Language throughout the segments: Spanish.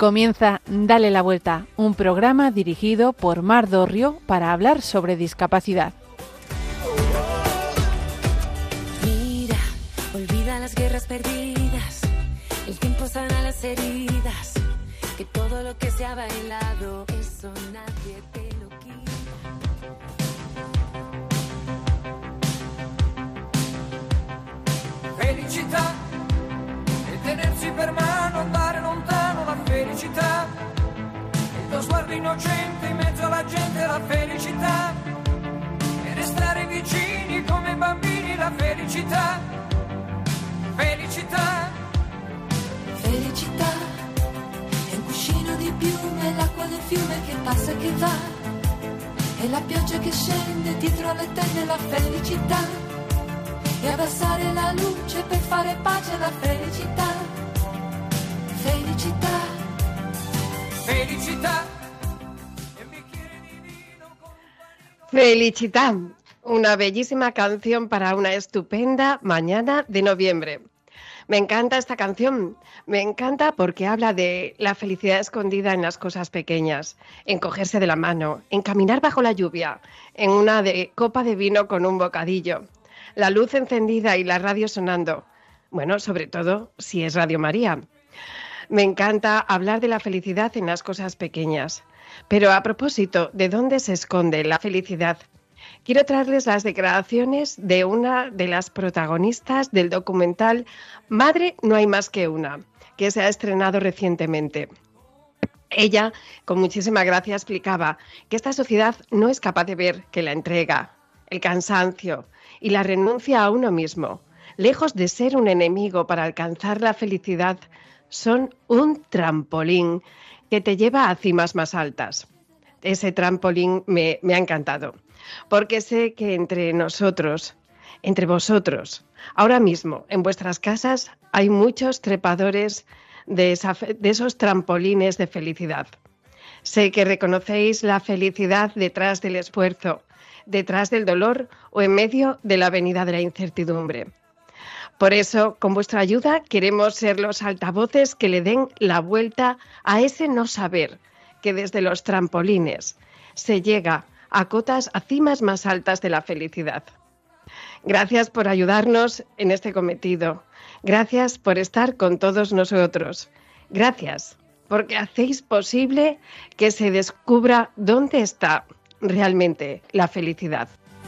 Comienza Dale la Vuelta, un programa dirigido por Mar Dorrio para hablar sobre discapacidad. Mira, olvida las guerras perdidas, el tiempo sana las heridas, que todo lo que se ha bailado, eso nadie te lo quita. Felicità e tenersi per mano, andare lontano, la felicità, il tuo sguardo innocente in mezzo alla gente, la felicità, e restare vicini come bambini, la felicità, felicità, Felicità è un cuscino di piume, l'acqua del fiume che passa e che va, e la pioggia che scende dietro alle tende, la felicità. E abbassare la luce per fare pace alla felicità, felicità, felicità. Felicità, una bellísima canción para una estupenda mañana de noviembre. Me encanta esta canción, me encanta porque habla de la felicidad escondida en las cosas pequeñas, en cogerse de la mano, en caminar bajo la lluvia, en una copa de vino con un bocadillo. La luz encendida y la radio sonando. Bueno, sobre todo si es Radio María. Me encanta hablar de la felicidad en las cosas pequeñas. Pero a propósito, ¿de dónde se esconde la felicidad? Quiero traerles las declaraciones de una de las protagonistas del documental Madre no hay más que una, que se ha estrenado recientemente. Ella, con muchísima gracia, explicaba que esta sociedad no es capaz de ver que la entrega, el cansancio y la renuncia a uno mismo, lejos de ser un enemigo para alcanzar la felicidad, son un trampolín que te lleva a cimas más altas. Ese trampolín me ha encantado, porque sé que entre nosotros, entre vosotros, ahora mismo en vuestras casas hay muchos trepadores de esos trampolines de felicidad. Sé que reconocéis la felicidad detrás del esfuerzo, detrás del dolor o en medio de la avenida de la incertidumbre. Por eso, con vuestra ayuda, queremos ser los altavoces que le den la vuelta a ese no saber, que desde los trampolines se llega a cimas más altas de la felicidad. Gracias por ayudarnos en este cometido. Gracias por estar con todos nosotros. Gracias porque hacéis posible que se descubra dónde está realmente la felicidad.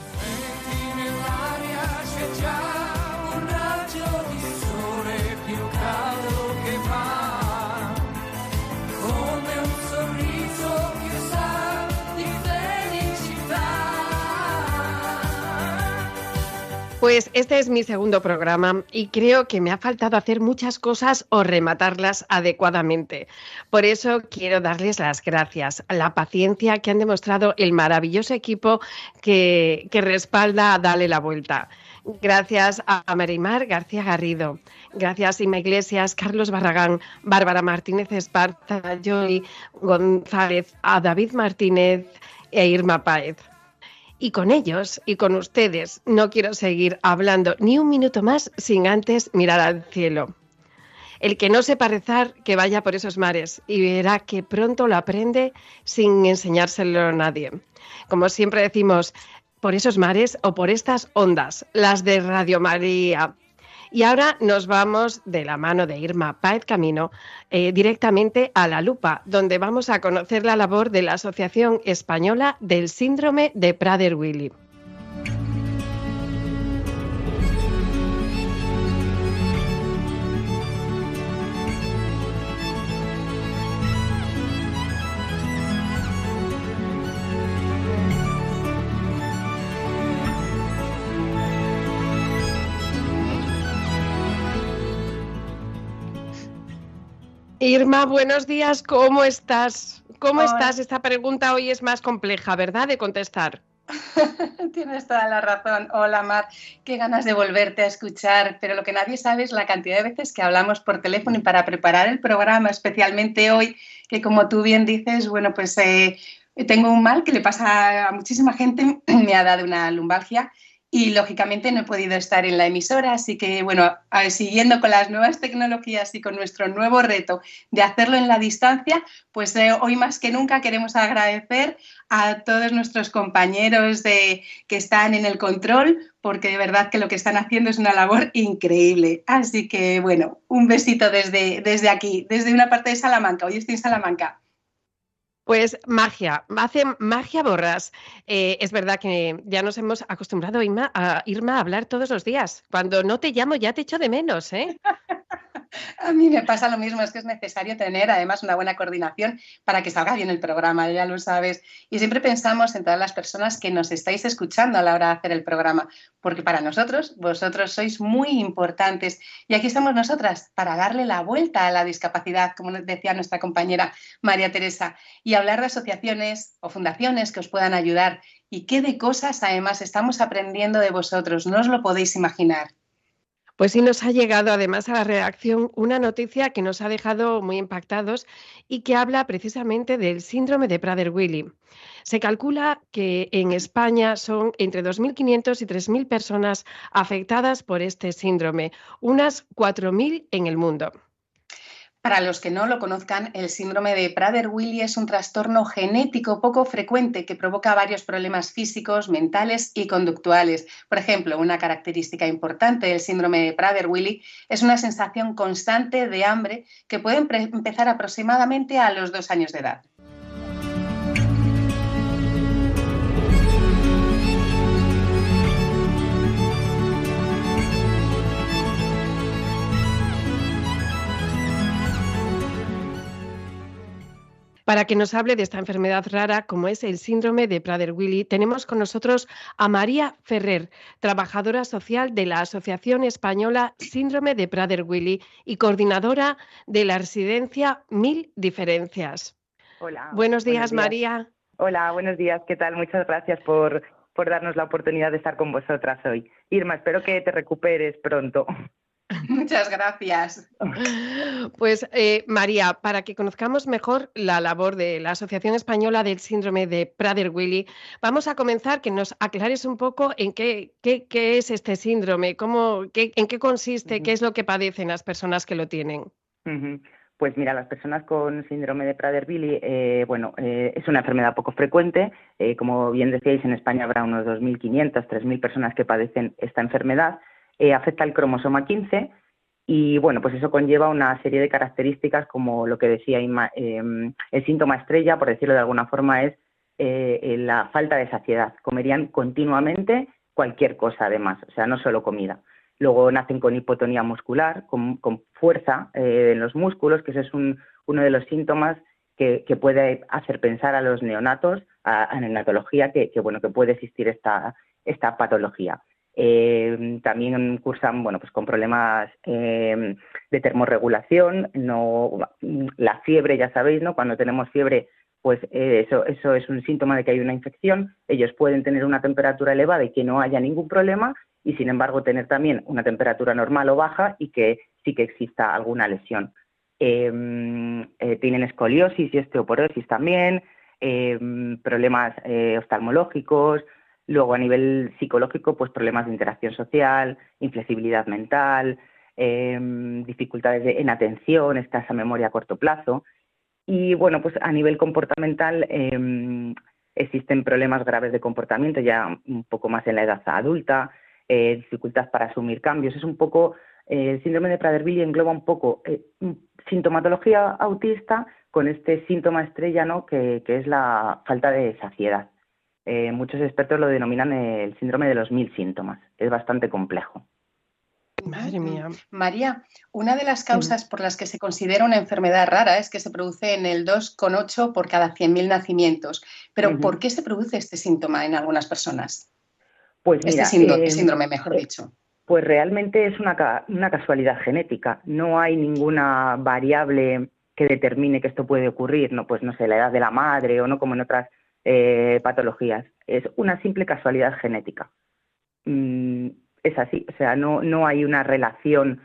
Pues este es mi segundo programa y creo que me ha faltado hacer muchas cosas o rematarlas adecuadamente. Por eso quiero darles las gracias a la paciencia que han demostrado el maravilloso equipo que respalda a Dale la Vuelta. Gracias a Marimar García Garrido, gracias a Inma Iglesias, Carlos Barragán, Bárbara Martínez Esparza, Johnny González, a David Martínez e Irma Páez. Y con ellos y con ustedes no quiero seguir hablando ni un minuto más sin antes mirar al cielo. El que no sepa rezar, que vaya por esos mares y verá que pronto lo aprende sin enseñárselo a nadie. Como siempre decimos, por esos mares o por estas ondas, las de Radio María. Y ahora nos vamos de la mano de Irma Páez Camino directamente a La Lupa, donde vamos a conocer la labor de la Asociación Española del Síndrome de Prader-Willi. Irma, buenos días, ¿cómo estás? ¿Cómo estás? Esta pregunta hoy es más compleja, ¿verdad?, de contestar. Tienes toda la razón. Hola, Mar, qué ganas de volverte a escuchar, pero lo que nadie sabe es la cantidad de veces que hablamos por teléfono y para preparar el programa, especialmente hoy, que como tú bien dices, bueno, pues tengo un mal que le pasa a muchísima gente, me ha dado una lumbalgia y lógicamente no he podido estar en la emisora, así que bueno, siguiendo con las nuevas tecnologías y con nuestro nuevo reto de hacerlo en la distancia, pues hoy más que nunca queremos agradecer a todos nuestros compañeros que están en el control, porque de verdad que lo que están haciendo es una labor increíble. Así que bueno, un besito desde aquí, desde una parte de Salamanca. Hoy estoy en Salamanca. Pues magia, hace magia Borràs. Es verdad que ya nos hemos acostumbrado, Irma, a hablar todos los días. Cuando no te llamo ya te echo de menos, ¿eh? A mí me pasa lo mismo, es que es necesario tener además una buena coordinación para que salga bien el programa, ya lo sabes. Y siempre pensamos en todas las personas que nos estáis escuchando a la hora de hacer el programa, porque para nosotros, vosotros sois muy importantes. Y aquí estamos nosotras para darle la vuelta a la discapacidad, como decía nuestra compañera María Teresa, y hablar de asociaciones o fundaciones que os puedan ayudar. Y qué de cosas además estamos aprendiendo de vosotros, no os lo podéis imaginar. Pues sí nos ha llegado además a la redacción una noticia que nos ha dejado muy impactados y que habla precisamente del síndrome de Prader-Willi. Se calcula que en España son entre 2.500 y 3.000 personas afectadas por este síndrome, unas 4.000 en el mundo. Para los que no lo conozcan, el síndrome de Prader-Willi es un trastorno genético poco frecuente que provoca varios problemas físicos, mentales y conductuales. Por ejemplo, una característica importante del síndrome de Prader-Willi es una sensación constante de hambre que puede empezar aproximadamente a los 2 años de edad. Para que nos hable de esta enfermedad rara, como es el síndrome de Prader-Willi, tenemos con nosotros a María Ferrer, trabajadora social de la Asociación Española Síndrome de Prader-Willi y coordinadora de la residencia Mil Diferencias. Hola. Buenos días, María. Hola, buenos días. ¿Qué tal? Muchas gracias por darnos la oportunidad de estar con vosotras hoy. Irma, espero que te recuperes pronto. Muchas gracias. Pues María, para que conozcamos mejor la labor de la Asociación Española del Síndrome de Prader-Willi, vamos a comenzar que nos aclares un poco en qué es este síndrome, en qué consiste, qué es lo que padecen las personas que lo tienen. Pues mira, las personas con síndrome de Prader-Willi, es una enfermedad poco frecuente. Como bien decíais, en España habrá unos 2.500, 3.000 personas que padecen esta enfermedad. Afecta el cromosoma 15 y, bueno, pues eso conlleva una serie de características como lo que decía Inma, el síntoma estrella, por decirlo de alguna forma, es la falta de saciedad. Comerían continuamente cualquier cosa, además, o sea, no solo comida. Luego nacen con hipotonía muscular, con fuerza en los músculos, que ese es uno de los síntomas que puede hacer pensar a los neonatos, a neonatología, que puede existir esta patología. También cursan pues con problemas de termorregulación, la fiebre, ya sabéis, ¿no? Cuando tenemos fiebre, pues eso es un síntoma de que hay una infección. Ellos pueden tener una temperatura elevada y que no haya ningún problema, y sin embargo tener también una temperatura normal o baja y que sí que exista alguna lesión. Tienen escoliosis y osteoporosis también, problemas oftalmológicos. Luego, a nivel psicológico, pues problemas de interacción social, inflexibilidad mental, dificultades en atención, escasa memoria a corto plazo. Y, bueno, pues a nivel comportamental existen problemas graves de comportamiento, ya un poco más en la edad adulta, dificultad para asumir cambios. Es un poco, el síndrome de Prader-Willi engloba un poco sintomatología autista con este síntoma estrella, ¿no?, que es la falta de saciedad. Muchos expertos lo denominan el síndrome de los 1000 síntomas. Es bastante complejo. Madre mía. María, una de las causas por las que se considera una enfermedad rara es que se produce en el 2,8 por cada 100.000 nacimientos. Pero ¿por qué se produce este síntoma en algunas personas? Pues mira, este síndrome, mejor dicho. Pues realmente es una casualidad genética. No hay ninguna variable que determine que esto puede ocurrir. No, pues no sé, la edad de la madre o no como en otras patologías. Es una simple casualidad genética. Es así, o sea, no hay una relación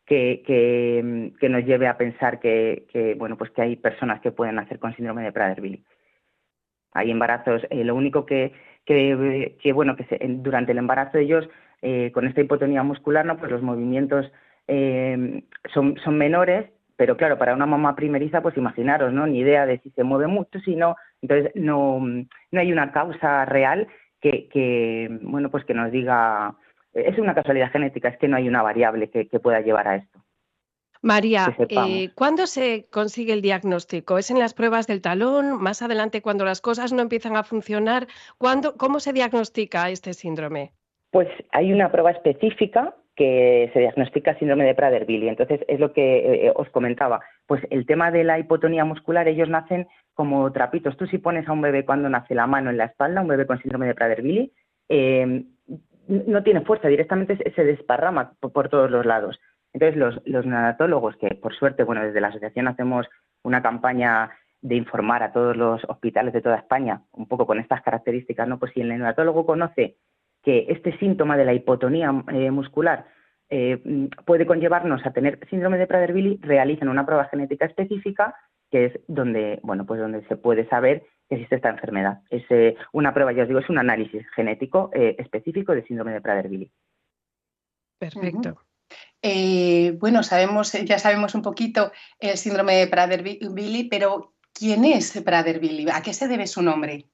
que nos lleve a pensar que hay personas que pueden nacer con síndrome de Prader-Willi. Hay embarazos, lo único que bueno, durante el embarazo ellos, con esta hipotonía muscular, ¿no? Pues los movimientos son menores, pero claro, para una mamá primeriza, pues imaginaros, ¿no? Ni idea de si se mueve mucho, si no, entonces no hay una causa real bueno, pues que nos diga, es una casualidad genética, es que no hay una variable que pueda llevar a esto. María, ¿cuándo se consigue el diagnóstico? ¿Es en las pruebas del talón? ¿Más adelante cuando las cosas no empiezan a funcionar? ¿Cómo se diagnostica este síndrome? Pues hay una prueba específica que se diagnostica síndrome de Prader-Willi. Entonces, es lo que os comentaba. Pues el tema de la hipotonía muscular, ellos nacen como trapitos. Tú si pones a un bebé cuando nace la mano en la espalda, un bebé con síndrome de Prader-Willi, no tiene fuerza, directamente se desparrama por todos los lados. Entonces, los neonatólogos, que por suerte, bueno, desde la asociación hacemos una campaña de informar a todos los hospitales de toda España, un poco con estas características, ¿no? Pues si el neonatólogo conoce que este síntoma de la hipotonía muscular puede conllevarnos a tener síndrome de Prader-Willi, realizan una prueba genética específica, que es donde, bueno, pues donde se puede saber que existe esta enfermedad. Es una prueba, ya os digo, es un análisis genético específico de síndrome de Prader-Willi. Perfecto. Bueno, ya sabemos un poquito el síndrome de Prader-Willi, pero ¿quién es Prader-Willi? ¿A qué se debe su nombre?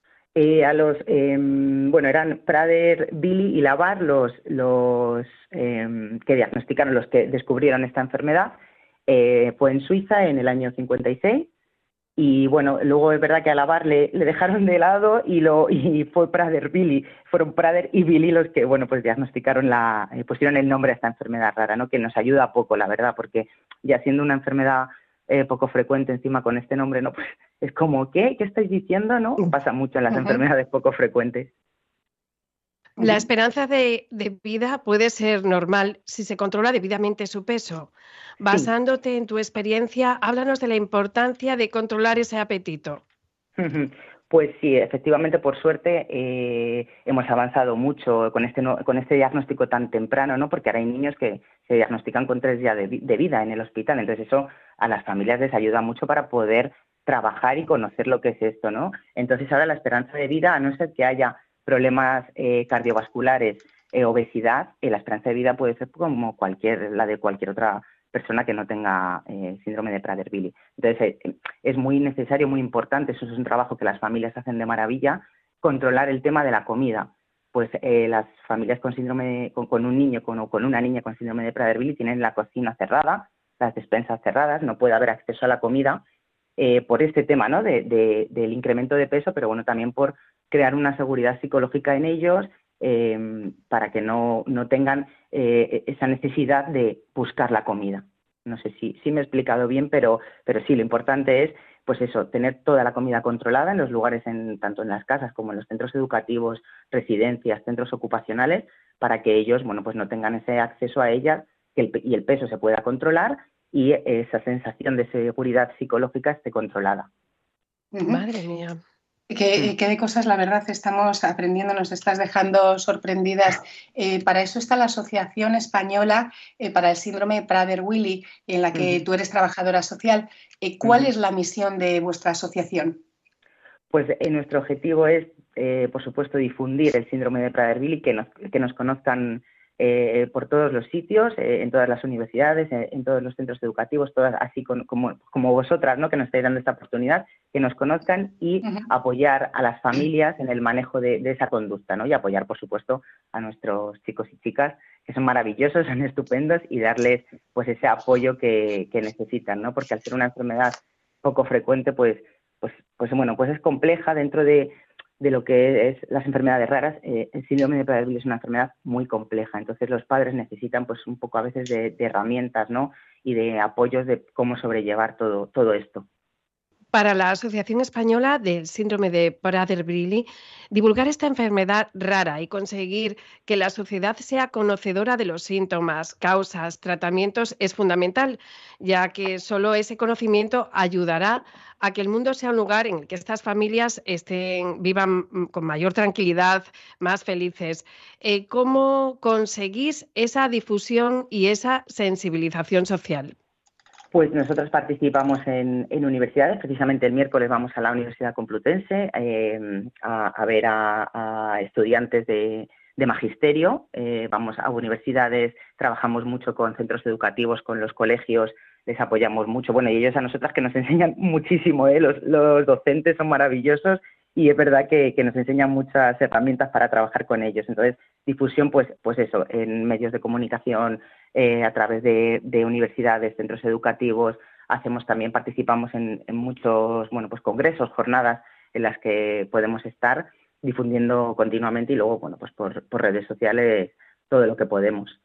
Eran Prader-Willi y Labar los que diagnosticaron, los que descubrieron esta enfermedad. Fue en Suiza en el año 56 y bueno, luego es verdad que a Labar le dejaron de lado y fue Prader-Willi, fueron Prader y Willi los que, bueno, pues diagnosticaron pusieron el nombre a esta enfermedad rara, ¿no? Que nos ayuda poco, la verdad, porque ya siendo una enfermedad poco frecuente encima con este nombre, ¿no? Pues es como, ¿qué estáis diciendo? ¿No? Pasa mucho en las enfermedades poco frecuentes. La esperanza de vida puede ser normal si se controla debidamente su peso. Basándote en tu experiencia, háblanos de la importancia de controlar ese apetito. Pues sí, efectivamente, por suerte, hemos avanzado mucho con este diagnóstico tan temprano, ¿no? Porque ahora hay niños que se diagnostican con 3 días de vida en el hospital. Entonces eso a las familias les ayuda mucho para poder trabajar y conocer lo que es esto, ¿no? Entonces ahora la esperanza de vida, a no ser que haya problemas cardiovasculares, obesidad, la esperanza de vida puede ser como la de cualquier otra persona que no tenga síndrome de Prader-Willi. Entonces, es muy necesario, muy importante, eso es un trabajo que las familias hacen de maravilla, controlar el tema de la comida. Pues las familias con un niño o con una niña con síndrome de Prader-Willi tienen la cocina cerrada, las despensas cerradas, no puede haber acceso a la comida por este tema, ¿no? Del incremento de peso, pero bueno, también por crear una seguridad psicológica en ellos, para que no tengan esa necesidad de buscar la comida. No sé si me he explicado bien, pero sí, lo importante es, pues eso, tener toda la comida controlada en los lugares, tanto en las casas como en los centros educativos, residencias, centros ocupacionales, para que ellos, bueno, pues no tengan ese acceso a ellas y el peso se pueda controlar y esa sensación de seguridad psicológica esté controlada. Madre mía. ¿Qué de cosas, la verdad, estamos aprendiendo, nos estás dejando sorprendidas? Para eso está la Asociación Española para el Síndrome de Prader-Willi, en la que tú eres trabajadora social. ¿Cuál es la misión de vuestra asociación? Pues nuestro objetivo es, por supuesto, difundir el síndrome de Prader-Willi, que nos conozcan por todos los sitios, en todas las universidades, en todos los centros educativos, todas así como vosotras, ¿no? Que nos estáis dando esta oportunidad, que nos conozcan y apoyar a las familias en el manejo de esa conducta, ¿no? Y apoyar, por supuesto, a nuestros chicos y chicas, que son maravillosos, son estupendos, y darles pues ese apoyo que necesitan, ¿no? Porque al ser una enfermedad poco frecuente, pues es compleja dentro de lo que es las enfermedades raras. El síndrome de Prader-Willi es una enfermedad muy compleja, entonces los padres necesitan pues un poco a veces de herramientas, ¿no? Y de apoyos de cómo sobrellevar todo esto. Para la Asociación Española del Síndrome de Prader-Willi, divulgar esta enfermedad rara y conseguir que la sociedad sea conocedora de los síntomas, causas, tratamientos es fundamental, ya que solo ese conocimiento ayudará a que el mundo sea un lugar en el que estas familias vivan con mayor tranquilidad, más felices. ¿Cómo conseguís esa difusión y esa sensibilización social? Pues nosotros participamos en universidades. Precisamente el miércoles vamos a la Universidad Complutense a ver a estudiantes de magisterio. Vamos a universidades, trabajamos mucho con centros educativos, con los colegios, les apoyamos mucho. Bueno, y ellos a nosotras, que nos enseñan muchísimo, los docentes son maravillosos y es verdad que nos enseñan muchas herramientas para trabajar con ellos. Entonces, difusión, pues eso, en medios de comunicación, a través de universidades, centros educativos. Participamos en muchos, bueno, pues congresos, jornadas en las que podemos estar difundiendo continuamente y luego, bueno, pues por redes sociales todo lo que podemos.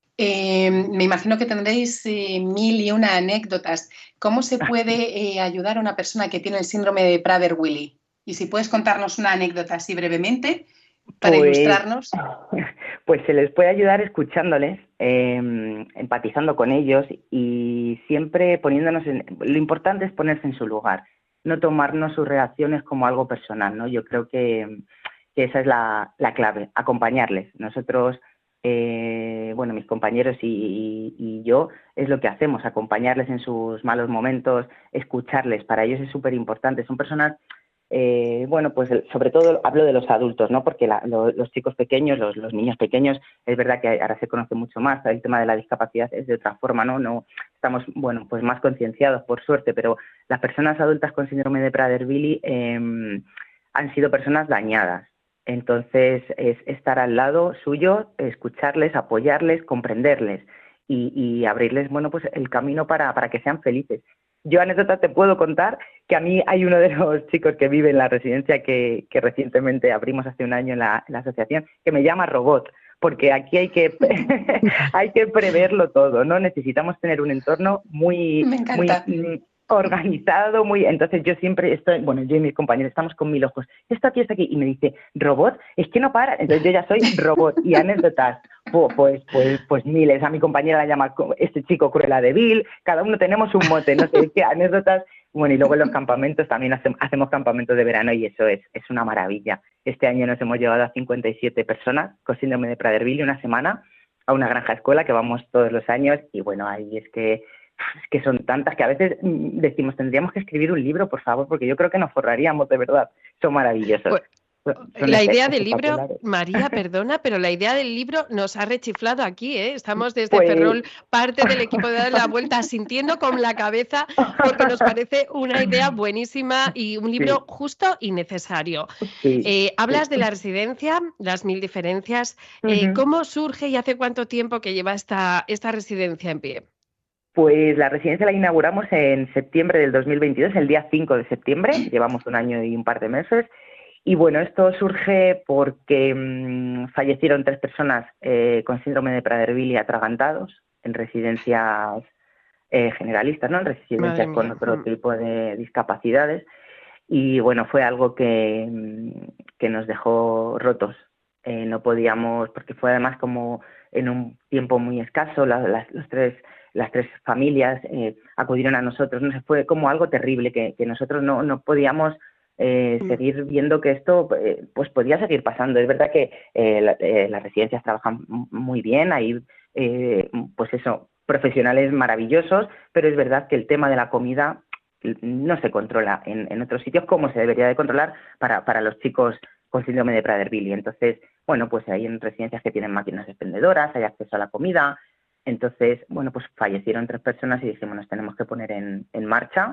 Me imagino que tendréis 1001 anécdotas. ¿Cómo se puede ayudar a una persona que tiene el síndrome de Prader-Willi? Y si puedes contarnos una anécdota así brevemente para ilustrarnos. Pues se les puede ayudar escuchándoles, empatizando con ellos y siempre poniéndonos lo importante es ponerse en su lugar, no tomarnos sus reacciones como algo personal, ¿no? Yo creo que esa es la clave, acompañarles. Nosotros, bueno, mis compañeros y yo, es lo que hacemos, acompañarles en sus malos momentos, escucharles. Para ellos es súper importante. Son personas, bueno, pues sobre todo hablo de los adultos, ¿no? Porque los chicos pequeños, los niños pequeños, es verdad que ahora se conoce mucho más. El tema de la discapacidad es de otra forma, ¿no? No estamos, bueno, pues más concienciados, por suerte, pero las personas adultas con síndrome de Prader-Willi han sido personas dañadas. Entonces, es estar al lado suyo, escucharles, apoyarles, comprenderles y abrirles, bueno, pues el camino para que sean felices. Yo, anécdota, te puedo contar que a mí hay uno de los chicos que vive en la residencia que recientemente abrimos hace un año en la asociación, que me llama robot, porque aquí hay que preverlo todo, ¿no? Necesitamos tener un entorno muy organizado, entonces yo siempre estoy, bueno, yo y mis compañeros estamos con 1000 ojos, esto aquí, y me dice, robot, es que no para, entonces yo ya soy robot. Y anécdotas, pues miles. A mi compañera la llama este chico Cruella de Vil, cada uno tenemos un mote, no sé, es que anécdotas. Bueno, y luego en los campamentos también hacemos campamentos de verano y eso es una maravilla. Este año nos hemos llevado a 57 personas con síndrome de Prader-Willi una semana a una granja escuela que vamos todos los años y bueno, ahí es que son tantas que a veces decimos, tendríamos que escribir un libro, por favor, porque yo creo que nos forraríamos, de verdad. Son maravillosos. La idea del libro, María, perdona, pero la idea del libro nos ha rechiflado aquí, ¿eh? Estamos desde Ferrol, parte del equipo de Dar la Vuelta, sintiendo con la cabeza, porque nos parece una idea buenísima y un libro justo y necesario. Hablas de la residencia, las 1000 diferencias. ¿Cómo surge y hace cuánto tiempo que lleva esta residencia en pie? Pues la residencia la inauguramos en septiembre del 2022, el día 5 de septiembre, llevamos un año y un par de meses. Y bueno, esto surge porque fallecieron 3 personas con síndrome de Prader-Willi atragantados en residencias generalistas, ¿no? En residencias con otro tipo de discapacidades. Y bueno, fue algo que nos dejó rotos. No podíamos, porque fue además como en un tiempo muy escaso, las tres familias acudieron a nosotros. No sé, fue como algo terrible que nosotros no podíamos seguir viendo que esto pues podía seguir pasando. Es verdad que las residencias trabajan muy bien, hay pues eso, profesionales maravillosos, pero es verdad que el tema de la comida no se controla en otros sitios como se debería de controlar para los chicos con síndrome de Prader-Willi. Entonces, bueno, pues hay en residencias que tienen máquinas expendedoras, hay acceso a la comida. Entonces, bueno, pues fallecieron 3 personas y dijimos, nos tenemos que poner en marcha.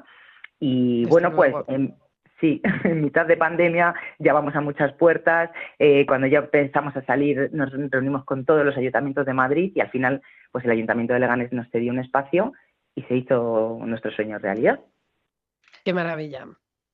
Y bueno, pues sí, en mitad de pandemia llamamos a muchas puertas. Cuando ya pensamos a salir, nos reunimos con todos los ayuntamientos de Madrid y al final, pues el Ayuntamiento de Leganés nos cedió un espacio y se hizo nuestro sueño realidad. ¡Qué maravilla!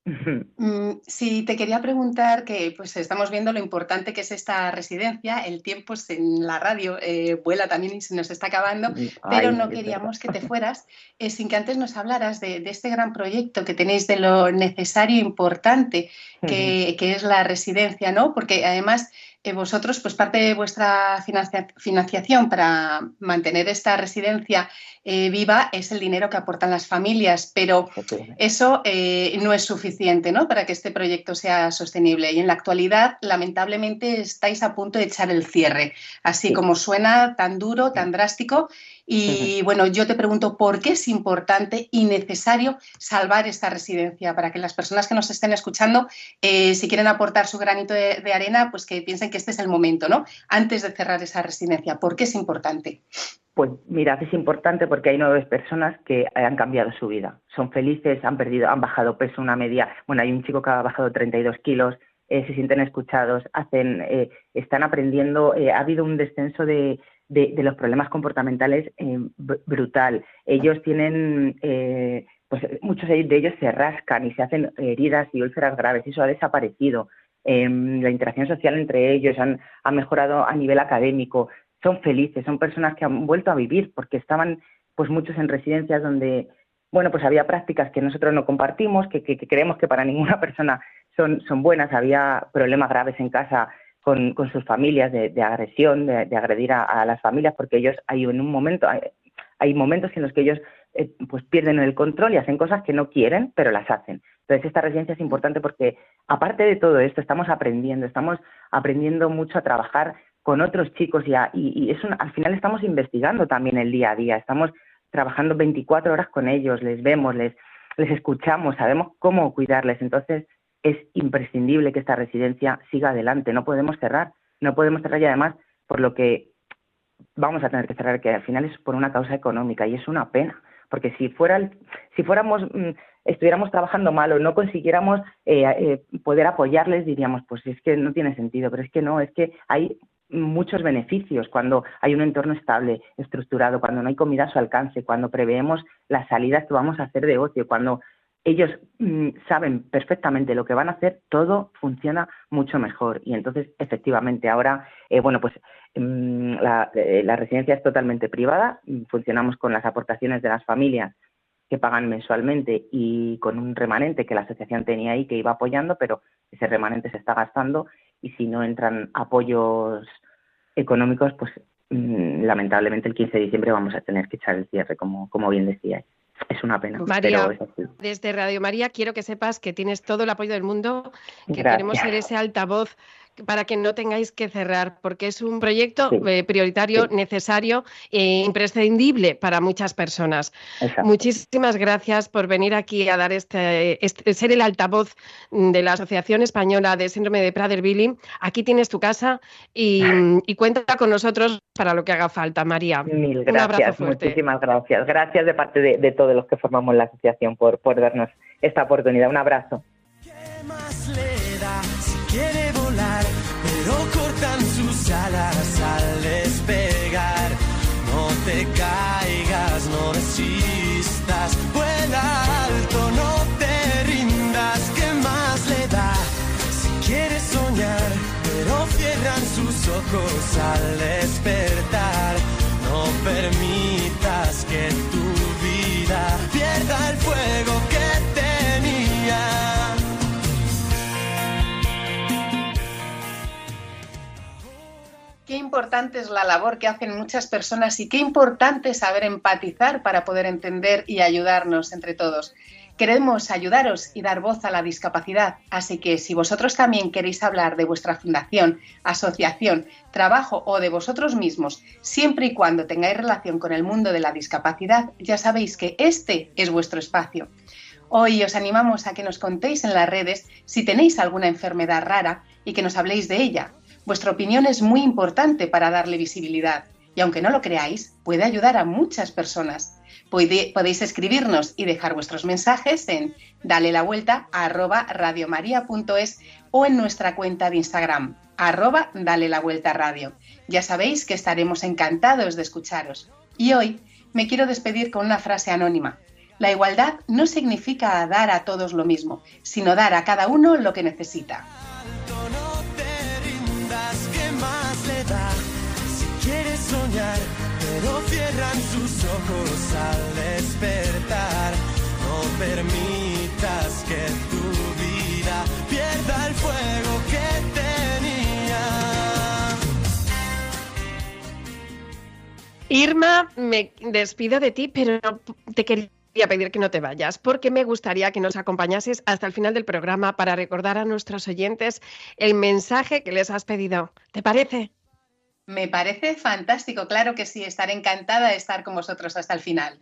Sí, te quería preguntar que pues estamos viendo lo importante que es esta residencia. El tiempo en la radio vuela también y se nos está acabando, pero no queríamos que te fueras sin que antes nos hablaras de este gran proyecto que tenéis, de lo necesario e importante que es la residencia, ¿no? Porque además vosotros, pues parte de vuestra financiación para mantener esta residencia viva es el dinero que aportan las familias, pero eso no es suficiente, ¿no?, para que este proyecto sea sostenible. Y en la actualidad, lamentablemente, estáis a punto de echar el cierre, así como suena, tan duro, tan drástico. Y bueno, yo te pregunto por qué es importante y necesario salvar esta residencia, para que las personas que nos estén escuchando, si quieren aportar su granito de arena, pues que piensen que este es el momento, ¿no? Antes de cerrar esa residencia. ¿Por qué es importante? Pues mira, es importante porque hay 9 personas que han cambiado su vida. Son felices, han bajado peso, una media. Bueno, hay un chico que ha bajado 32 kilos, se sienten escuchados, están aprendiendo. Ha habido un descenso de los problemas comportamentales brutal. Ellos tienen, pues muchos de ellos se rascan y se hacen heridas y úlceras graves. Eso ha desaparecido. La interacción social entre ellos ha mejorado a nivel académico. Son felices, son personas que han vuelto a vivir porque estaban pues muchos en residencias donde, bueno, pues había prácticas que nosotros no compartimos, que creemos que para ninguna persona son buenas. Había problemas graves en casa con sus familias de agresión, de agredir a las familias, porque ellos hay momentos en los que ellos pues pierden el control y hacen cosas que no quieren, pero las hacen. Entonces esta residencia es importante porque aparte de todo esto estamos aprendiendo mucho a trabajar con otros chicos y al final estamos investigando también el día a día, estamos trabajando 24 horas con ellos, les vemos, les escuchamos, sabemos cómo cuidarles. Entonces es imprescindible que esta residencia siga adelante, no podemos cerrar y además por lo que vamos a tener que cerrar, que al final es por una causa económica y es una pena, porque si estuviéramos trabajando mal o no consiguiéramos poder apoyarles, diríamos, pues es que no tiene sentido, pero es que no, es que hay muchos beneficios cuando hay un entorno estable, estructurado, cuando no hay comida a su alcance, cuando preveemos las salidas que vamos a hacer de ocio, cuando ellos saben perfectamente lo que van a hacer, todo funciona mucho mejor. Y entonces, efectivamente, ahora, la residencia es totalmente privada, funcionamos con las aportaciones de las familias que pagan mensualmente y con un remanente que la asociación tenía ahí que iba apoyando, pero ese remanente se está gastando y si no entran apoyos económicos, pues lamentablemente el 15 de diciembre vamos a tener que echar el cierre, como bien decíais. Es una pena. María, pero es así. Desde Radio María quiero que sepas que tienes todo el apoyo del mundo, que Gracias. queremos ser ese altavoz para que no tengáis que cerrar, porque es un proyecto prioritario, necesario e imprescindible para muchas personas. Exacto. Muchísimas gracias por venir aquí a dar ser el altavoz de la Asociación Española de Síndrome de Prader-Willi. Aquí tienes tu casa y cuenta con nosotros para lo que haga falta, María. Mil gracias, un abrazo fuerte. Muchísimas gracias. Gracias de parte de todos los que formamos la asociación por darnos esta oportunidad. Un abrazo. ¿Qué más le da si quiere volar? Pero cortan sus alas al despegar. No te caigas, no desistas. Vuela alto, no te rindas. ¿Qué más le da si quiere soñar? Pero cierran sus ojos al despertar. No permitas que tu vida pierda el fuego que tenía. Qué importante es la labor que hacen muchas personas y qué importante es saber empatizar para poder entender y ayudarnos entre todos. Queremos ayudaros y dar voz a la discapacidad, así que si vosotros también queréis hablar de vuestra fundación, asociación, trabajo o de vosotros mismos, siempre y cuando tengáis relación con el mundo de la discapacidad, ya sabéis que este es vuestro espacio. Hoy os animamos a que nos contéis en las redes si tenéis alguna enfermedad rara y que nos habléis de ella. Vuestra opinión es muy importante para darle visibilidad y aunque no lo creáis, puede ayudar a muchas personas. Podéis escribirnos y dejar vuestros mensajes en dalelavuelta@radiomaria.es o en nuestra cuenta de Instagram, @dalelavueltaradio. Ya sabéis que estaremos encantados de escucharos. Y hoy me quiero despedir con una frase anónima. La igualdad no significa dar a todos lo mismo, sino dar a cada uno lo que necesita. Quiere soñar, pero cierran sus ojos al despertar. No permitas que tu vida pierda el fuego que tenía. Irma, me despido de ti, pero te quería pedir que no te vayas, porque me gustaría que nos acompañases hasta el final del programa para recordar a nuestros oyentes el mensaje que les has pedido. ¿Te parece? Me parece fantástico, claro que sí, estaré encantada de estar con vosotros hasta el final.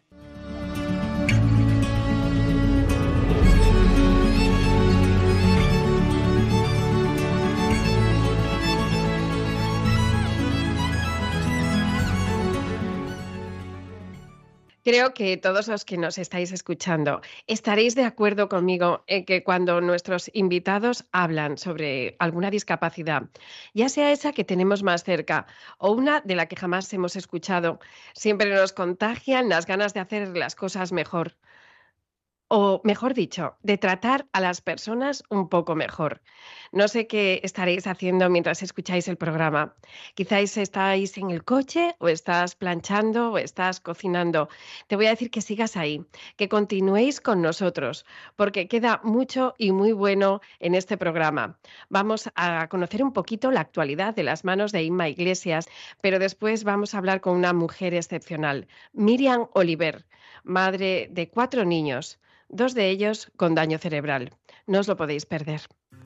Creo que todos los que nos estáis escuchando estaréis de acuerdo conmigo en que cuando nuestros invitados hablan sobre alguna discapacidad, ya sea esa que tenemos más cerca o una de la que jamás hemos escuchado, siempre nos contagian las ganas de hacer las cosas mejor. O, mejor dicho, de tratar a las personas un poco mejor. No sé qué estaréis haciendo mientras escucháis el programa. Quizás estáis en el coche o estás planchando o estás cocinando. Te voy a decir que sigas ahí, que continuéis con nosotros, porque queda mucho y muy bueno en este programa. Vamos a conocer un poquito la actualidad de las manos de Inma Iglesias, pero después vamos a hablar con una mujer excepcional, Miriam Oliver, madre de 4 niños. 2 de ellos con daño cerebral. No os lo podéis perder.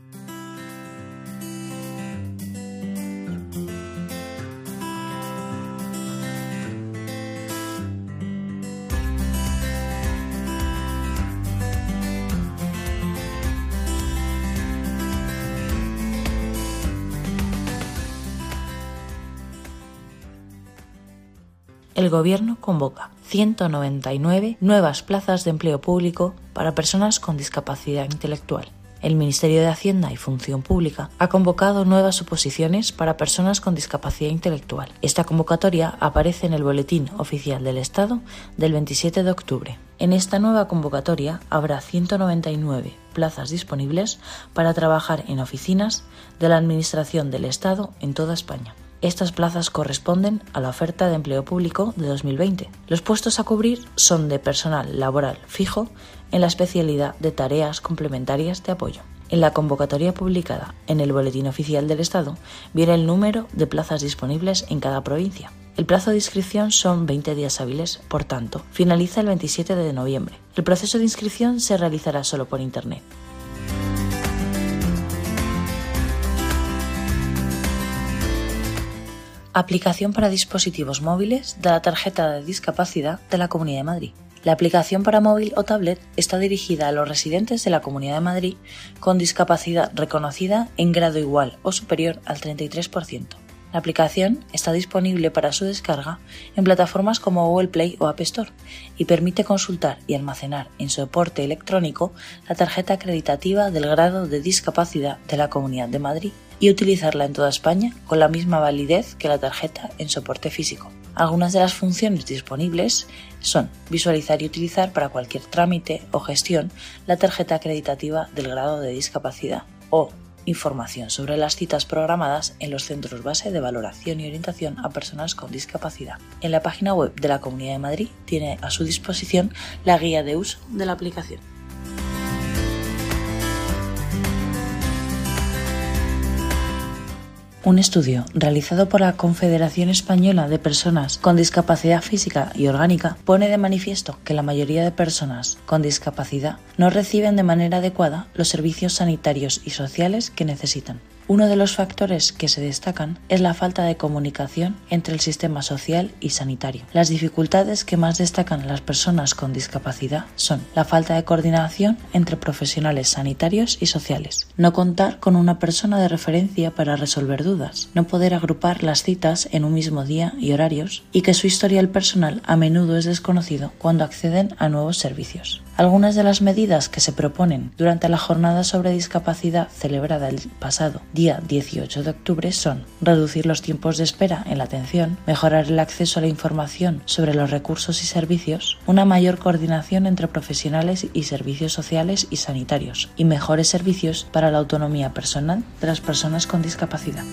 El Gobierno convoca 199 nuevas plazas de empleo público para personas con discapacidad intelectual. El Ministerio de Hacienda y Función Pública ha convocado nuevas oposiciones para personas con discapacidad intelectual. Esta convocatoria aparece en el Boletín Oficial del Estado del 27 de octubre. En esta nueva convocatoria habrá 199 plazas disponibles para trabajar en oficinas de la Administración del Estado en toda España. Estas plazas corresponden a la oferta de empleo público de 2020. Los puestos a cubrir son de personal laboral fijo en la especialidad de tareas complementarias de apoyo. En la convocatoria publicada en el Boletín Oficial del Estado viene el número de plazas disponibles en cada provincia. El plazo de inscripción son 20 días hábiles, por tanto, finaliza el 27 de noviembre. El proceso de inscripción se realizará solo por Internet. Aplicación para dispositivos móviles de la tarjeta de discapacidad de la Comunidad de Madrid. La aplicación para móvil o tablet está dirigida a los residentes de la Comunidad de Madrid con discapacidad reconocida en grado igual o superior al 33%. La aplicación está disponible para su descarga en plataformas como Google Play o App Store y permite consultar y almacenar en soporte electrónico la tarjeta acreditativa del grado de discapacidad de la Comunidad de Madrid y utilizarla en toda España con la misma validez que la tarjeta en soporte físico. Algunas de las funciones disponibles son visualizar y utilizar para cualquier trámite o gestión la tarjeta acreditativa del grado de discapacidad o información sobre las citas programadas en los centros base de valoración y orientación a personas con discapacidad. En la página web de la Comunidad de Madrid tiene a su disposición la guía de uso de la aplicación. Un estudio realizado por la Confederación Española de Personas con Discapacidad Física y Orgánica pone de manifiesto que la mayoría de personas con discapacidad no reciben de manera adecuada los servicios sanitarios y sociales que necesitan. Uno de los factores que se destacan es la falta de comunicación entre el sistema social y sanitario. Las dificultades que más destacan las personas con discapacidad son la falta de coordinación entre profesionales sanitarios y sociales, no contar con una persona de referencia para resolver dudas, no poder agrupar las citas en un mismo día y horarios y que su historial personal a menudo es desconocido cuando acceden a nuevos servicios. Algunas de las medidas que se proponen durante la jornada sobre discapacidad celebrada el pasado día 18 de octubre son reducir los tiempos de espera en la atención, mejorar el acceso a la información sobre los recursos y servicios, una mayor coordinación entre profesionales y servicios sociales y sanitarios y mejores servicios para la autonomía personal de las personas con discapacidad.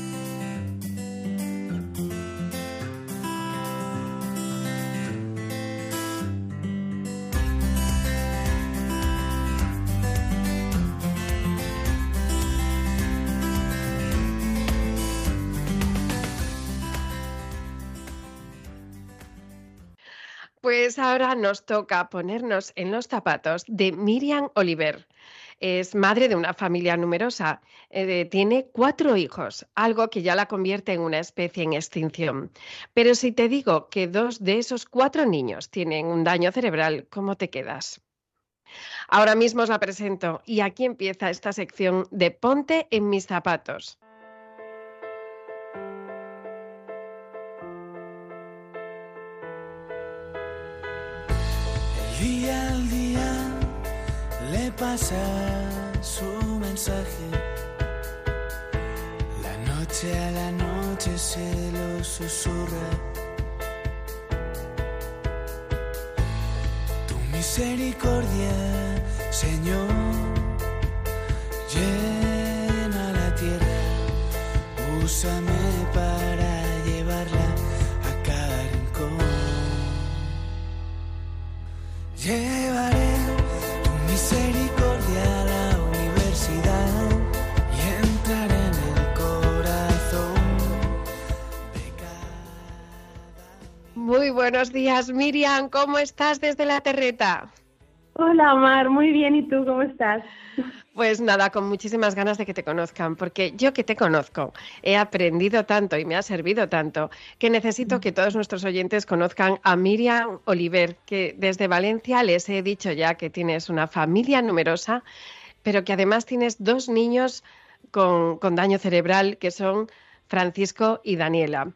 Pues ahora nos toca ponernos en los zapatos de Miriam Oliver. es madre de una familia numerosa. Tiene 4 hijos, algo que ya la convierte en una especie en extinción. Pero si te digo que 2 de esos 4 niños tienen un daño cerebral, ¿cómo te quedas? Ahora mismo os la presento y aquí empieza esta sección de Ponte en mis zapatos. Día al día le pasa su mensaje. La noche a la noche se lo susurra. Tu misericordia, Señor, llena la tierra. Úsame para llevarla a cada rincón. Llevaré tu misericordia a la universidad y entraré en el corazón de cada... Muy buenos días, Miriam. ¿Cómo estás desde la terreta? Hola, Mar. Muy bien. ¿Y tú cómo estás? Pues nada, con muchísimas ganas de que te conozcan, porque yo que te conozco he aprendido tanto y me ha servido tanto que necesito que todos nuestros oyentes conozcan a Miriam Oliver, que desde Valencia les he dicho ya que tienes una familia numerosa, pero que además tienes 2 niños con daño cerebral, que son Francisco y Daniela.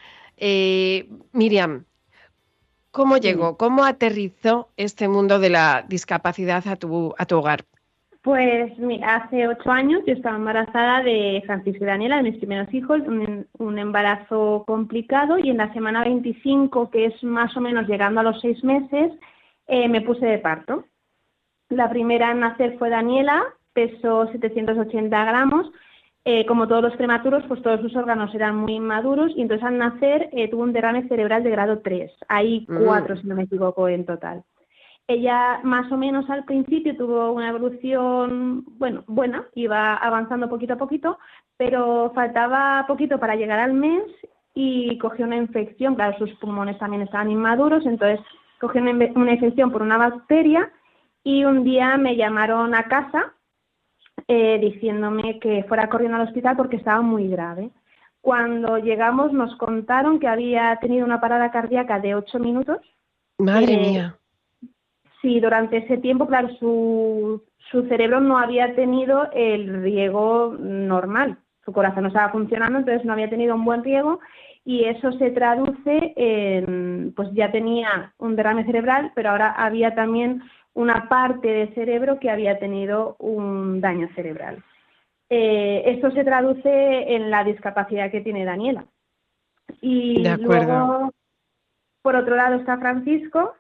Miriam, ¿cómo llegó, cómo aterrizó este mundo de la discapacidad a tu hogar? Pues hace 8 años yo estaba embarazada de Francisco y Daniela, de mis primeros hijos, un embarazo complicado, y en la semana 25, que es más o menos llegando a los 6 meses, me puse de parto. La primera en nacer fue Daniela, pesó 780 gramos. Como todos los prematuros, pues todos sus órganos eran muy inmaduros, y entonces al nacer tuvo un derrame cerebral de grado 3. Hay 4, si no me equivoco, en total. Ella más o menos al principio tuvo una evolución, buena, iba avanzando poquito a poquito, pero faltaba poquito para llegar al mes y cogió una infección. Claro, sus pulmones también estaban inmaduros, entonces cogió una infección por una bacteria, y un día me llamaron a casa diciéndome que fuera corriendo al hospital porque estaba muy grave. Cuando llegamos nos contaron que había tenido una parada cardíaca de 8 minutos. ¡Madre mía! Sí, durante ese tiempo, claro, su cerebro no había tenido el riego normal. Su corazón no estaba funcionando, entonces no había tenido un buen riego, y eso se traduce en, pues ya tenía un derrame cerebral, pero ahora había también una parte del cerebro que había tenido un daño cerebral. Esto se traduce en la discapacidad que tiene Daniela. Y luego, por otro lado, está Francisco,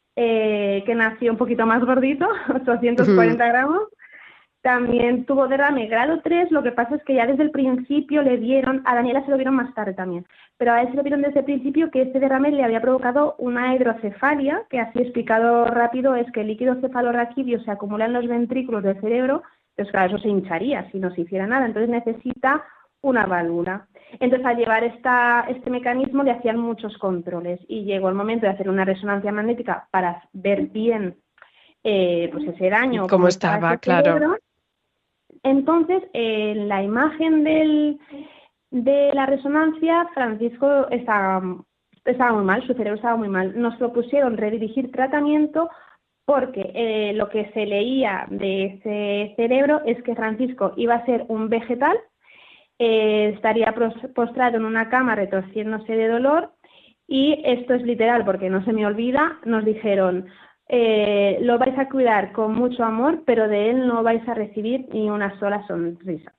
que nació un poquito más gordito, 840 gramos. También tuvo derrame grado 3, lo que pasa es que ya desde el principio le vieron, a Daniela se lo vieron más tarde también, pero a él se lo vieron desde el principio que este derrame le había provocado una hidrocefalia, que así explicado rápido es que el líquido cefalorraquídeo se acumula en los ventrículos del cerebro, entonces claro, eso se hincharía si no se hiciera nada, entonces necesita una válvula. Entonces, al llevar este mecanismo le hacían muchos controles, y llegó el momento de hacer una resonancia magnética para ver bien pues ese daño. ¿Cómo estaba? Claro. Cerebro. Entonces, en la imagen de la resonancia, Francisco estaba muy mal, su cerebro estaba muy mal. Nos propusieron redirigir tratamiento porque lo que se leía de ese cerebro es que Francisco iba a ser un vegetal, estaría postrado en una cama retorciéndose de dolor, y esto es literal porque no se me olvida, nos dijeron, lo vais a cuidar con mucho amor, pero de él no vais a recibir ni una sola sonrisa.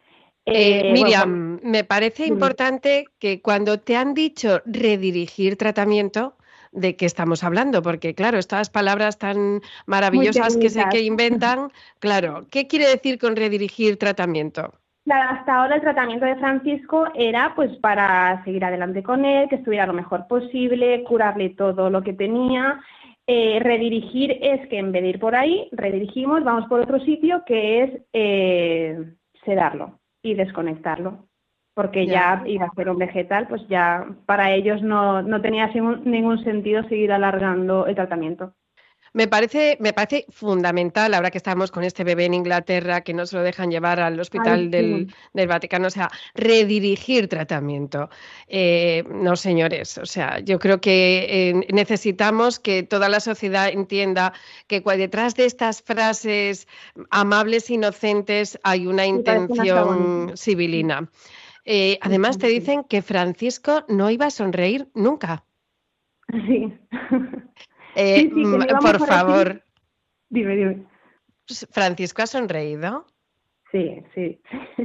Miriam, me parece importante que cuando te han dicho redirigir tratamiento, ¿de qué estamos hablando? Porque claro, estas palabras tan maravillosas que sé que inventan, claro, ¿qué quiere decir con redirigir tratamiento? Claro, hasta ahora el tratamiento de Francisco era pues para seguir adelante con él, que estuviera lo mejor posible, curarle todo lo que tenía. Redirigir es que en vez de ir por ahí, redirigimos, vamos por otro sitio, que es sedarlo y desconectarlo, porque ya iba a ser un vegetal, pues ya para ellos no tenía ningún sentido seguir alargando el tratamiento. Me parece fundamental, ahora que estamos con este bebé en Inglaterra, que no se lo dejan llevar al Ay, hospital sí. del Vaticano, o sea, redirigir tratamiento. No, señores, o sea, yo creo que necesitamos que toda la sociedad entienda que detrás de estas frases amables, inocentes, hay una Sí, parece una hasta bonita. intención civilina. Además, te Exacto. dicen que Francisco no iba a sonreír nunca. Sí. Sí, sí, que no íbamos Por a decir. favor, Dime. ¿Francisco ha sonreído? Sí, sí.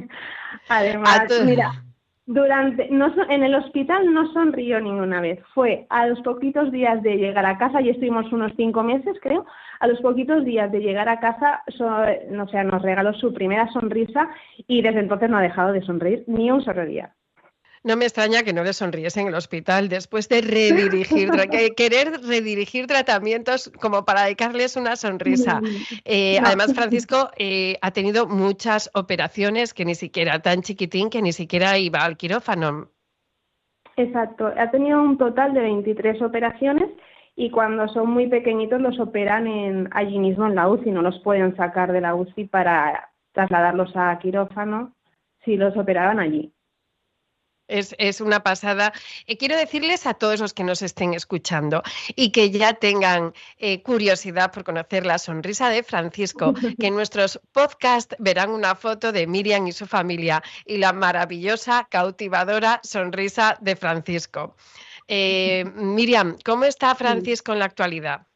A Además, tu- mira, en el hospital no sonrió ninguna vez. Fue a los poquitos días de llegar a casa, y estuvimos unos 5 meses, creo. A los poquitos días de llegar a casa, o sea, nos regaló su primera sonrisa y desde entonces no ha dejado de sonreír ni un solo día. No me extraña que no le sonriese en el hospital después de querer redirigir tratamientos como para dedicarles una sonrisa. No, Además, Francisco ha tenido muchas operaciones que ni siquiera, tan chiquitín que ni siquiera iba al quirófano. exacto. Ha tenido un total de 23 operaciones y cuando son muy pequeñitos los operan allí mismo en la UCI, no los pueden sacar de la UCI para trasladarlos a quirófano si los operaban allí. Es una pasada. Quiero decirles a todos los que nos estén escuchando y que ya tengan curiosidad por conocer la sonrisa de Francisco, que en nuestros podcasts verán una foto de Miriam y su familia y la maravillosa, cautivadora sonrisa de Francisco. Miriam, ¿cómo está Francisco en la actualidad?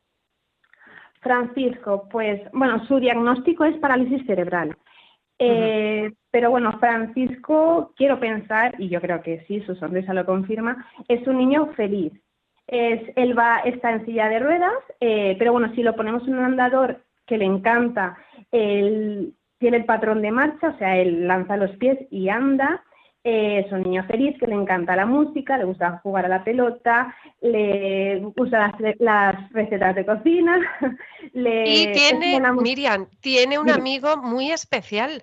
Francisco, pues, bueno, su diagnóstico es parálisis cerebral. Pero bueno, Francisco, quiero pensar, y yo creo que sí, su sonrisa lo confirma, es un niño feliz. Él está en silla de ruedas, pero bueno, si lo ponemos en un andador que le encanta, él tiene el patrón de marcha, o sea, él lanza los pies y anda. Es un niño feliz que le encanta la música, le gusta jugar a la pelota, le gusta las recetas de cocina. Y Miriam, tiene un amigo muy especial.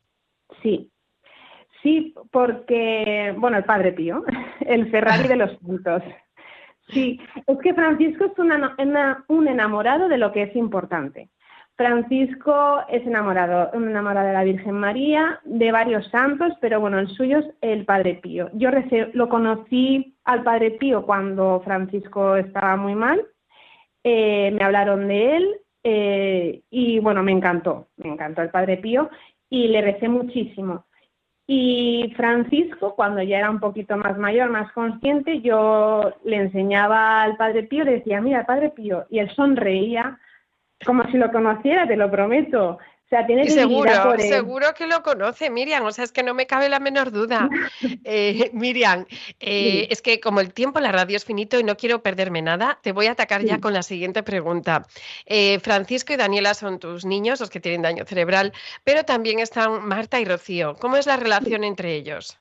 Sí, porque, bueno, el Padre Pío, el Ferrari de los puntos. Sí, es que Francisco es un enamorado de lo que es importante. Francisco es un enamorado de la Virgen María, de varios santos, pero bueno, el suyo es el Padre Pío. Yo lo conocí al Padre Pío cuando Francisco estaba muy mal, me hablaron de él y bueno, me encantó el Padre Pío y le recé muchísimo. Y Francisco, cuando ya era un poquito más mayor, más consciente, yo le enseñaba al Padre Pío, le decía, mira, Padre Pío, y él sonreía como si lo conociera, te lo prometo. O sea, tiene debilidad por él. Seguro que lo conoce, Miriam, o sea, es que no me cabe la menor duda. Miriam, Sí. es que como el tiempo en la radio es finito y no quiero perderme nada, te voy a atacar ya con la siguiente pregunta. Francisco y Daniela son tus niños, los que tienen daño cerebral, pero también están Marta y Rocío. ¿Cómo es la relación entre ellos?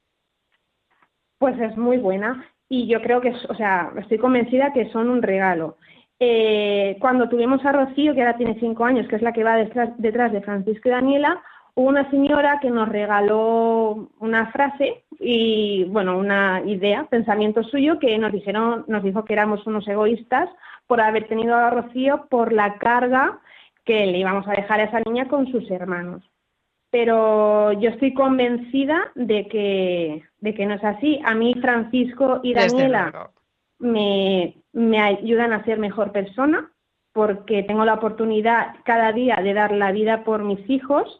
Pues es muy buena y yo creo que, o sea, estoy convencida que son un regalo. Cuando tuvimos a Rocío, que ahora tiene 5 años, que es la que va detrás de Francisco y Daniela, hubo una señora que nos regaló una frase y, bueno, una idea, pensamiento suyo, que nos dijo que éramos unos egoístas por haber tenido a Rocío por la carga que le íbamos a dejar a esa niña con sus hermanos. Pero yo estoy convencida de que no es así. A mí Francisco y Daniela me ayudan a ser mejor persona porque tengo la oportunidad cada día de dar la vida por mis hijos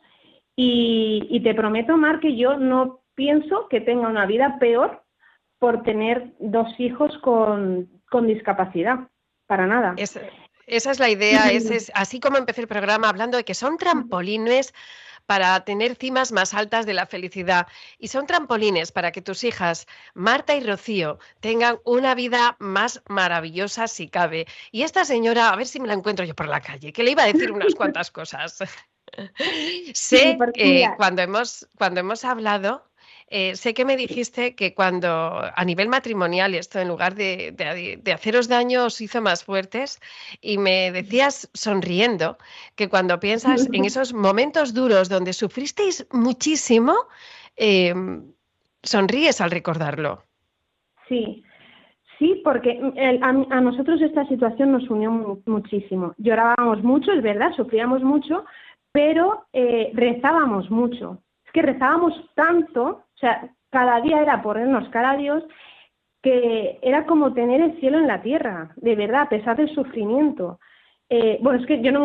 y te prometo, Mar, que yo no pienso que tenga una vida peor por tener 2 hijos con discapacidad, para nada. Esa es la idea, es así como empecé el programa hablando de que son trampolines para tener cimas más altas de la felicidad y son trampolines para que tus hijas, Marta y Rocío, tengan una vida más maravillosa si cabe. Y esta señora, a ver si me la encuentro yo por la calle, que le iba a decir unas cuantas cosas. Sé que cuando hemos hablado, sé que me dijiste que cuando a nivel matrimonial, esto en lugar de haceros daño os hizo más fuertes, y me decías sonriendo que cuando piensas en esos momentos duros donde sufristeis muchísimo, sonríes al recordarlo. Sí, Sí, porque a nosotros esta situación nos unió muchísimo. Llorábamos mucho, es verdad, sufríamos mucho, pero rezábamos mucho. Es que rezábamos tanto, o sea, cada día era ponernos cara a Dios, que era como tener el cielo en la tierra, de verdad, a pesar del sufrimiento. Bueno, es que yo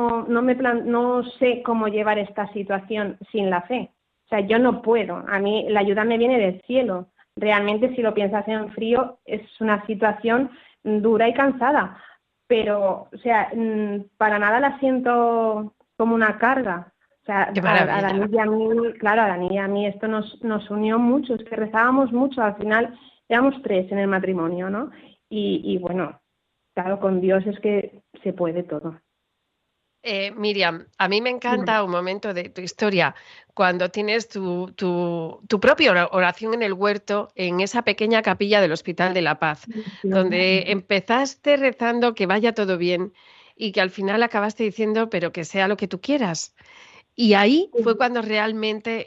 no sé cómo llevar esta situación sin la fe. O sea, yo no puedo. A mí la ayuda me viene del cielo. Realmente, si lo piensas en frío, es una situación dura y cansada. Pero, o sea, para nada la siento como una carga. O sea, a Dani y a mí, claro, a Dani y a mí esto nos unió mucho. Es que rezábamos mucho. Al final éramos 3 en el matrimonio, ¿no? Y bueno, claro, con Dios es que se puede todo. Miriam, a mí me encanta un momento de tu historia cuando tienes tu propia oración en el huerto, en esa pequeña capilla del Hospital de la Paz, donde empezaste rezando que vaya todo bien y que al final acabaste diciendo, pero que sea lo que tú quieras. Y ahí fue cuando realmente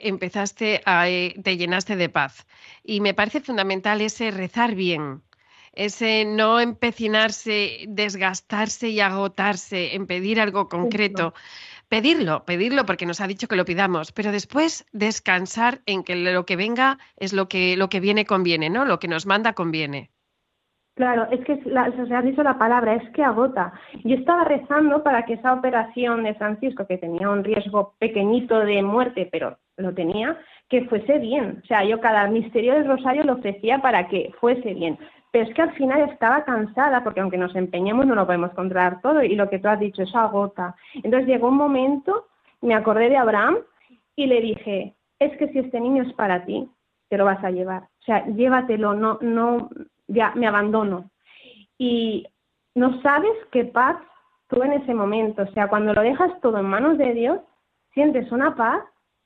te llenaste de paz. Y me parece fundamental ese rezar bien. Ese no empecinarse, desgastarse y agotarse en pedir algo concreto. Pedirlo, porque nos ha dicho que lo pidamos, pero después descansar en que lo que venga es lo que viene conviene, ¿no? Lo que nos manda conviene. Claro, es que se ha dicho la palabra, es que agota. Yo estaba rezando para que esa operación de Francisco, que tenía un riesgo pequeñito de muerte, pero lo tenía, que fuese bien. O sea, yo cada misterio del rosario lo ofrecía para que fuese bien. Pero es que al final estaba cansada, porque aunque nos empeñemos no lo podemos controlar todo, y lo que tú has dicho, eso agota. Entonces llegó un momento, me acordé de Abraham y le dije, es que si este niño es para ti, te lo vas a llevar. O sea, llévatelo, no, ya me abandono. Y no sabes qué paz tuve en ese momento. O sea, cuando lo dejas todo en manos de Dios, sientes una paz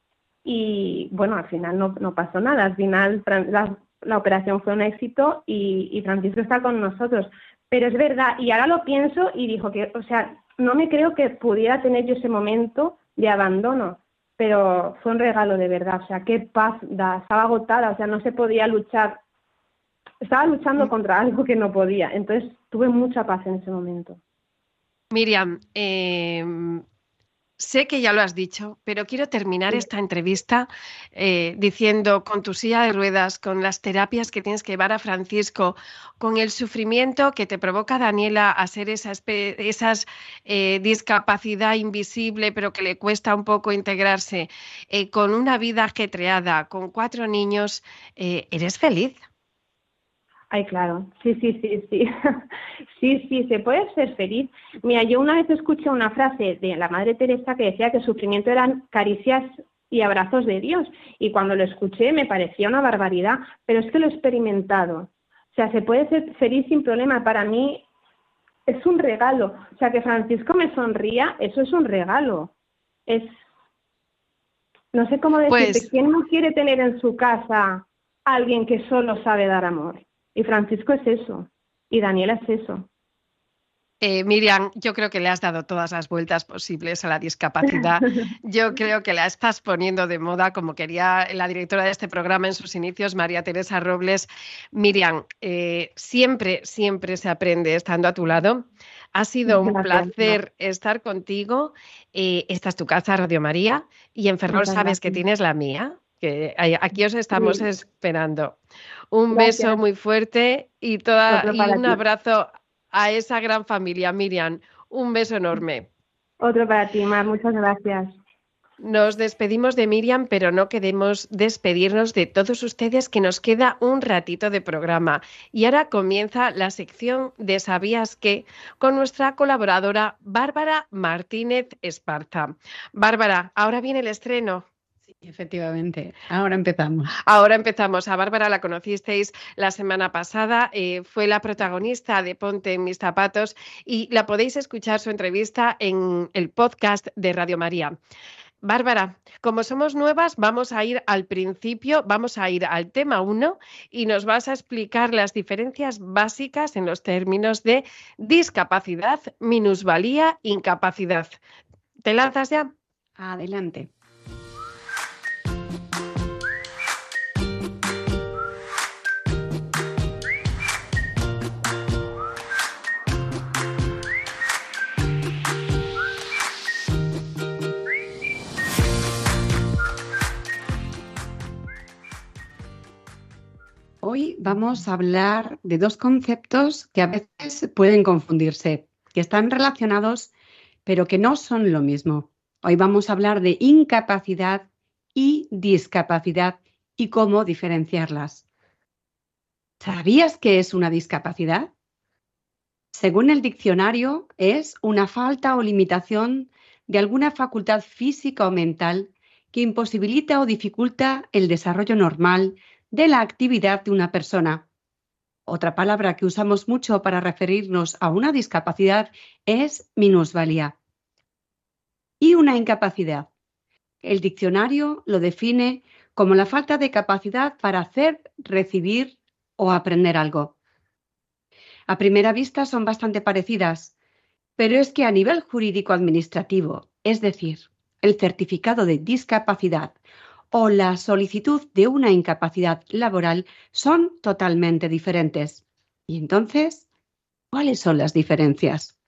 y, bueno, al final no pasó nada. Al final la operación fue un éxito y Francisco está con nosotros. Pero es verdad, y ahora lo pienso y dijo que, o sea, no me creo que pudiera tener yo ese momento de abandono, pero fue un regalo de verdad. O sea, qué paz da. Estaba agotada, o sea, no se podía luchar. Estaba luchando contra algo que no podía. Entonces tuve mucha paz en ese momento. Miriam, sé que ya lo has dicho, pero quiero terminar esta entrevista diciendo, con tu silla de ruedas, con las terapias que tienes que llevar a Francisco, con el sufrimiento que te provoca Daniela a ser esa discapacidad invisible, pero que le cuesta un poco integrarse, con una vida ajetreada, con 4 niños, ¿eres feliz? Ay, claro, sí. Sí, se puede ser feliz. Mira, yo una vez escuché una frase de la Madre Teresa que decía que el sufrimiento eran caricias y abrazos de Dios. Y cuando lo escuché me parecía una barbaridad, pero es que lo he experimentado. O sea, se puede ser feliz sin problema. Para mí es un regalo. O sea, que Francisco me sonría, eso es un regalo. No sé cómo decirte, ¿quién no quiere tener en su casa a alguien que solo sabe dar amor? Y Francisco es eso, y Daniela es eso. Miriam, yo creo que le has dado todas las vueltas posibles a la discapacidad. Yo creo que la estás poniendo de moda, como quería la directora de este programa en sus inicios, María Teresa Robles. Miriam, siempre se aprende estando a tu lado. Ha sido un placer estar contigo. Esta es tu casa, Radio María, y en Ferrol sabes que tienes la mía, que aquí os estamos esperando. Un beso muy fuerte y un abrazo a esa gran familia, Miriam. Un beso enorme. Otro para ti, Mar. Muchas gracias. Nos despedimos de Miriam, pero no queremos despedirnos de todos ustedes, que nos queda un ratito de programa. Y ahora comienza la sección de ¿Sabías qué? Con nuestra colaboradora Bárbara Martínez Esparza. Bárbara, ahora viene el estreno. Sí, efectivamente. Ahora empezamos. A Bárbara la conocisteis la semana pasada, fue la protagonista de Ponte en mis zapatos y la podéis escuchar su entrevista en el podcast de Radio María. Bárbara, como somos nuevas, vamos a ir al principio, vamos a ir al tema 1 y nos vas a explicar las diferencias básicas en los términos de discapacidad, minusvalía, incapacidad. ¿Te lanzas ya? Adelante. vamos a hablar de dos conceptos que a veces pueden confundirse, que están relacionados, pero que no son lo mismo. Hoy vamos a hablar de incapacidad y discapacidad y cómo diferenciarlas. ¿Sabías qué es una discapacidad? Según el diccionario, es una falta o limitación de alguna facultad física o mental que imposibilita o dificulta el desarrollo normal de la actividad de una persona. Otra palabra que usamos mucho para referirnos a una discapacidad es minusvalía. Y una incapacidad. El diccionario lo define como la falta de capacidad para hacer, recibir o aprender algo. A primera vista son bastante parecidas, pero es que a nivel jurídico-administrativo, es decir, el certificado de discapacidad o la solicitud de una incapacidad laboral son totalmente diferentes. Y entonces, ¿cuáles son las diferencias?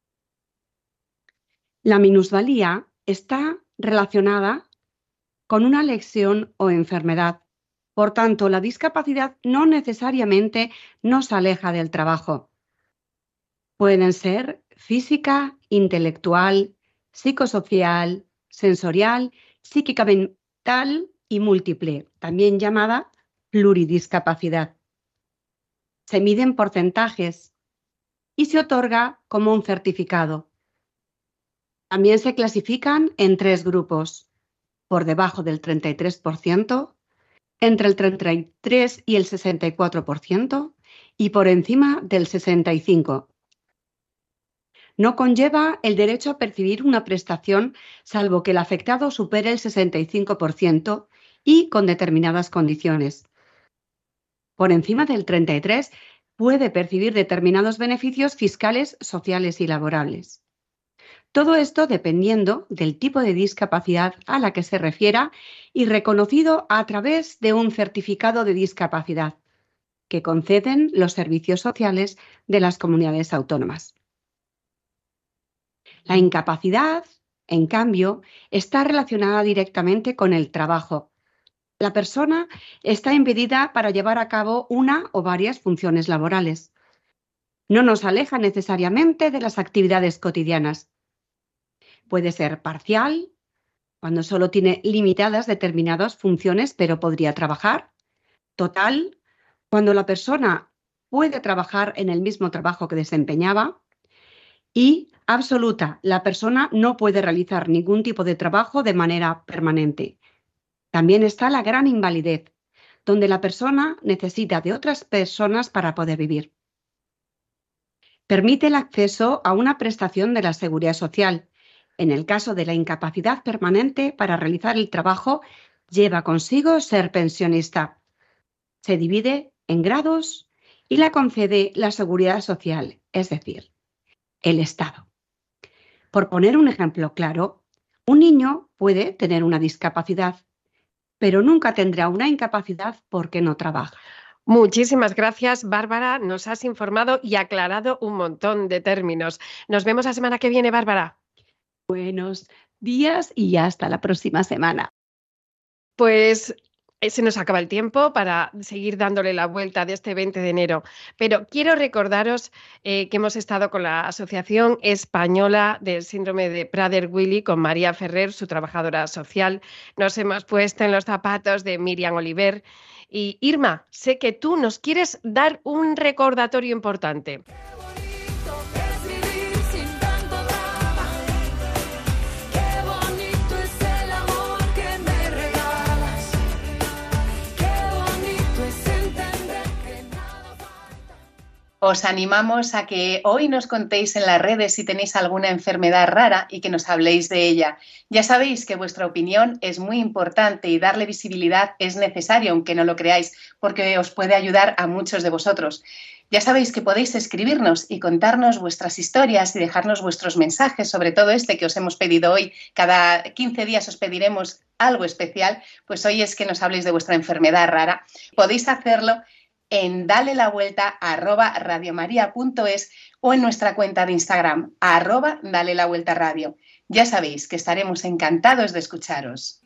La minusvalía está relacionada con una lesión o enfermedad. Por tanto, la discapacidad no necesariamente nos aleja del trabajo. Pueden ser física, intelectual, psicosocial, sensorial, psíquica mental y múltiple, también llamada pluridiscapacidad. Se miden porcentajes y se otorga como un certificado. También se clasifican en 3 grupos, por debajo del 33%, entre el 33 y el 64% y por encima del 65%. No conlleva el derecho a percibir una prestación salvo que el afectado supere el 65% y con determinadas condiciones. Por encima del 33% puede percibir determinados beneficios fiscales, sociales y laborales. Todo esto dependiendo del tipo de discapacidad a la que se refiera y reconocido a través de un certificado de discapacidad que conceden los servicios sociales de las comunidades autónomas. La incapacidad, en cambio, está relacionada directamente con el trabajo. La persona está impedida para llevar a cabo una o varias funciones laborales. No nos aleja necesariamente de las actividades cotidianas. Puede ser parcial, cuando solo tiene limitadas determinadas funciones, pero podría trabajar. Total, cuando la persona puede trabajar en el mismo trabajo que desempeñaba. Y absoluta, la persona no puede realizar ningún tipo de trabajo de manera permanente. También está la gran invalidez, donde la persona necesita de otras personas para poder vivir. Permite el acceso a una prestación de la Seguridad Social. En el caso de la incapacidad permanente para realizar el trabajo, lleva consigo ser pensionista. Se divide en grados y la concede la Seguridad Social, es decir, el Estado. Por poner un ejemplo claro, un niño puede tener una discapacidad, pero nunca tendrá una incapacidad porque no trabaja. Muchísimas gracias, Bárbara. Nos has informado y aclarado un montón de términos. Nos vemos la semana que viene, Bárbara. Buenos días y hasta la próxima semana. Pues se nos acaba el tiempo para seguir dándole la vuelta de este 20 de enero. Pero quiero recordaros que hemos estado con la Asociación Española del Síndrome de Prader-Willi, con María Ferrer, su trabajadora social. Nos hemos puesto en los zapatos de Miriam Oliver. Y Irma, sé que tú nos quieres dar un recordatorio importante. Os animamos a que hoy nos contéis en las redes si tenéis alguna enfermedad rara y que nos habléis de ella. Ya sabéis que vuestra opinión es muy importante y darle visibilidad es necesario, aunque no lo creáis, porque os puede ayudar a muchos de vosotros. Ya sabéis que podéis escribirnos y contarnos vuestras historias y dejarnos vuestros mensajes sobre todo este que os hemos pedido hoy. Cada 15 días os pediremos algo especial, pues hoy es que nos habléis de vuestra enfermedad rara. Podéis hacerlo en dalelavuelta@radiomaria.es o en nuestra cuenta de Instagram @dalelavueltaradio. Ya sabéis que estaremos encantados de escucharos.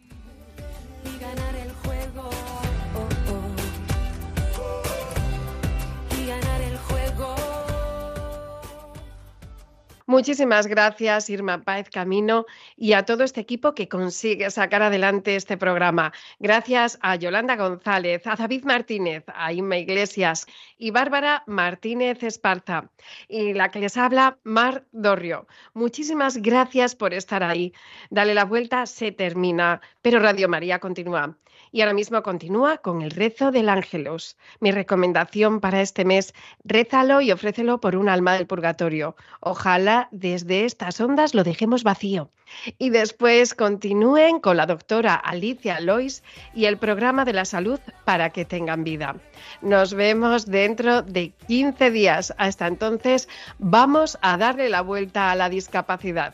Muchísimas gracias, Irma Páez Camino, y a todo este equipo que consigue sacar adelante este programa. Gracias a Yolanda González, a David Martínez, a Inma Iglesias y Bárbara Martínez Esparza. Y la que les habla, Mar Dorrio. Muchísimas gracias por estar ahí. Dale la vuelta, se termina, pero Radio María continúa. Y ahora mismo continúa con el rezo del Ángelus. Mi recomendación para este mes, rézalo y ofrécelo por un alma del purgatorio. Ojalá desde estas ondas lo dejemos vacío. Y después continúen con la doctora Alicia Lois y el programa de la salud para que tengan vida. Nos vemos dentro de 15 días. Hasta entonces, vamos a darle la vuelta a la discapacidad.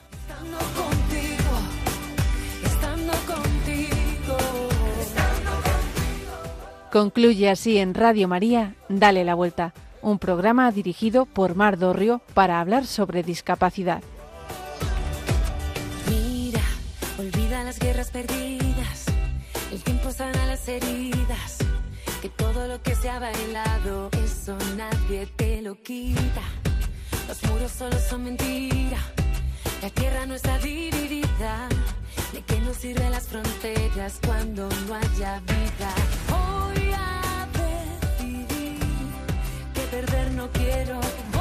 Concluye así en Radio María, Dale la Vuelta, un programa dirigido por Mar Dorrio para hablar sobre discapacidad. Mira, olvida las guerras perdidas, el tiempo sana las heridas, que todo lo que se ha bailado, eso nadie te lo quita. Los muros solo son mentira, la tierra no está dividida. ¿De qué nos sirven las fronteras cuando no haya vida? Hoy a decidir que perder no quiero.